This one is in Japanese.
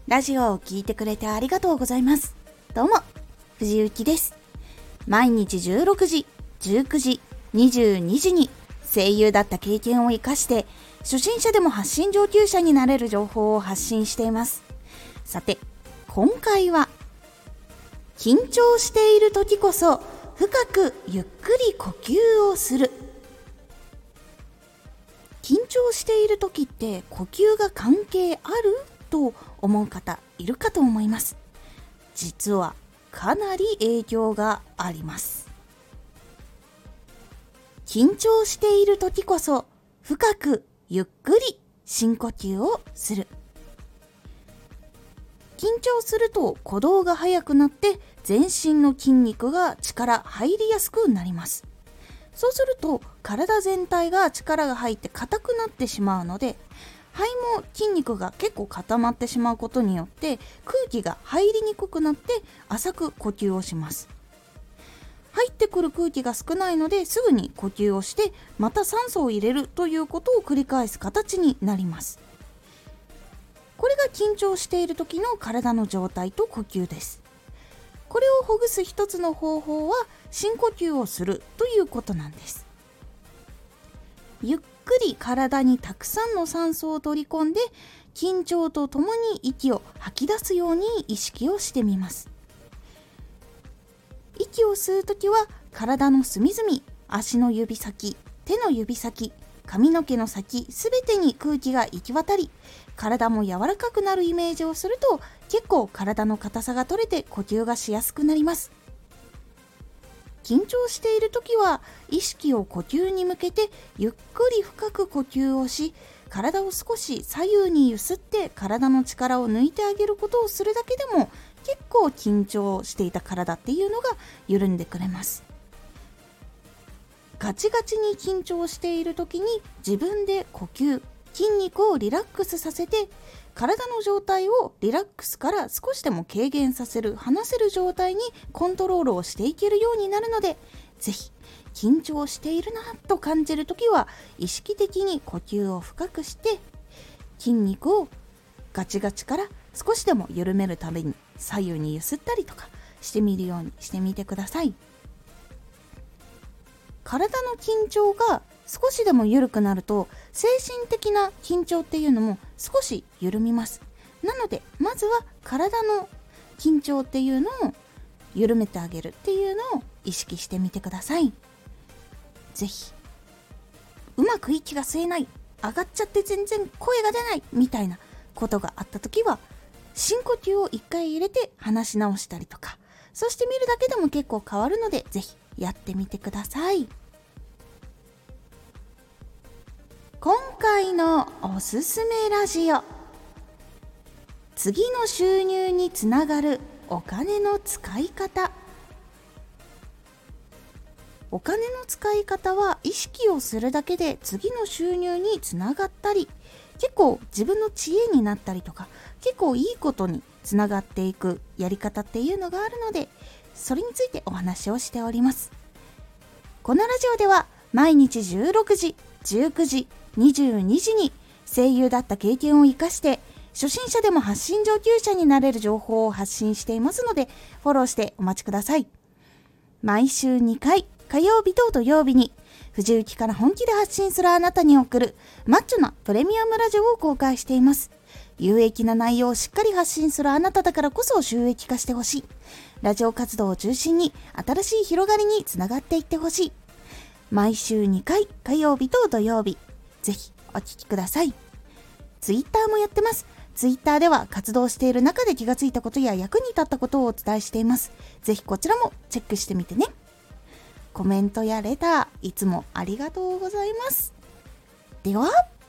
ラジオを聞いてくれてありがとうございます。どうも、藤幸です。毎日16時、19時、22時に声優だった経験を生かして初心者でも発信上級者になれる情報を発信しています。さて、今回は緊張している時こそ深くゆっくり呼吸をする。緊張している時って呼吸が関係あると思う方いるかと思います。実はかなり影響があります。緊張している時こそ深くゆっくり深呼吸をする。緊張すると鼓動が速くなって全身の筋肉が力入りやすくなります。そうすると体全体が力が入って硬くなってしまうので、肺も筋肉が結構固まってしまうことによって空気が入りにくくなって浅く呼吸をします。入ってくる空気が少ないのですぐに呼吸をしてまた酸素を入れるということを繰り返す形になります。これが緊張している時の体の状態と呼吸です。これをほぐす一つの方法は深呼吸をするということなんです。ゆっくり体にたくさんの酸素を取り込んで緊張とともに息を吐き出すように意識をしてみます。息を吸うときは体の隅々、足の指先、手の指先、髪の毛の先すべてに空気が行き渡り、体も柔らかくなるイメージをすると結構体の硬さが取れて呼吸がしやすくなります。緊張しているときは意識を呼吸に向けてゆっくり深く呼吸をし、体を少し左右に揺すって体の力を抜いてあげることをするだけでも結構緊張していた体っていうのが緩んでくれます。ガチガチに緊張している時に自分で呼吸、筋肉をリラックスさせて体の状態をリラックスから少しでも軽減させる、話せる状態にコントロールをしていけるようになるので、ぜひ緊張しているなと感じるときは意識的に呼吸を深くして筋肉をガチガチから少しでも緩めるために左右に揺すったりとかしてみるようにしてみてください。体の緊張が少しでも緩くなると精神的な緊張っていうのも少し緩みます。なのでまずは体の緊張っていうのを緩めてあげるっていうのを意識してみてください。ぜひうまく息が吸えない、上がっちゃって全然声が出ないみたいなことがあった時は深呼吸を一回入れて話し直したりとか、そして見るだけでも結構変わるのでぜひやってみてください。今回のおすすめラジオ、次の収入につながるお金の使い方。お金の使い方は意識をするだけで次の収入につながったり、結構自分の知恵になったりとか、結構いいことにつながっていくやり方っていうのがあるので、それについてお話をしております。このラジオでは毎日16時、19時、22時に声優だった経験を生かして初心者でも発信上級者になれる情報を発信していますので、フォローしてお待ちください。毎週2回、火曜日と土曜日に藤雪から本気で発信するあなたに送るマッチョなプレミアムラジオを公開しています。有益な内容をしっかり発信するあなただからこそ収益化してほしい。ラジオ活動を中心に新しい広がりにつながっていってほしい。毎週2回、火曜日と土曜日、ぜひお聞きください。ツイッターもやってます。ツイッターでは活動している中で気がついたことや役に立ったことをお伝えしています。ぜひこちらもチェックしてみてね。コメントやレターいつもありがとうございます。では。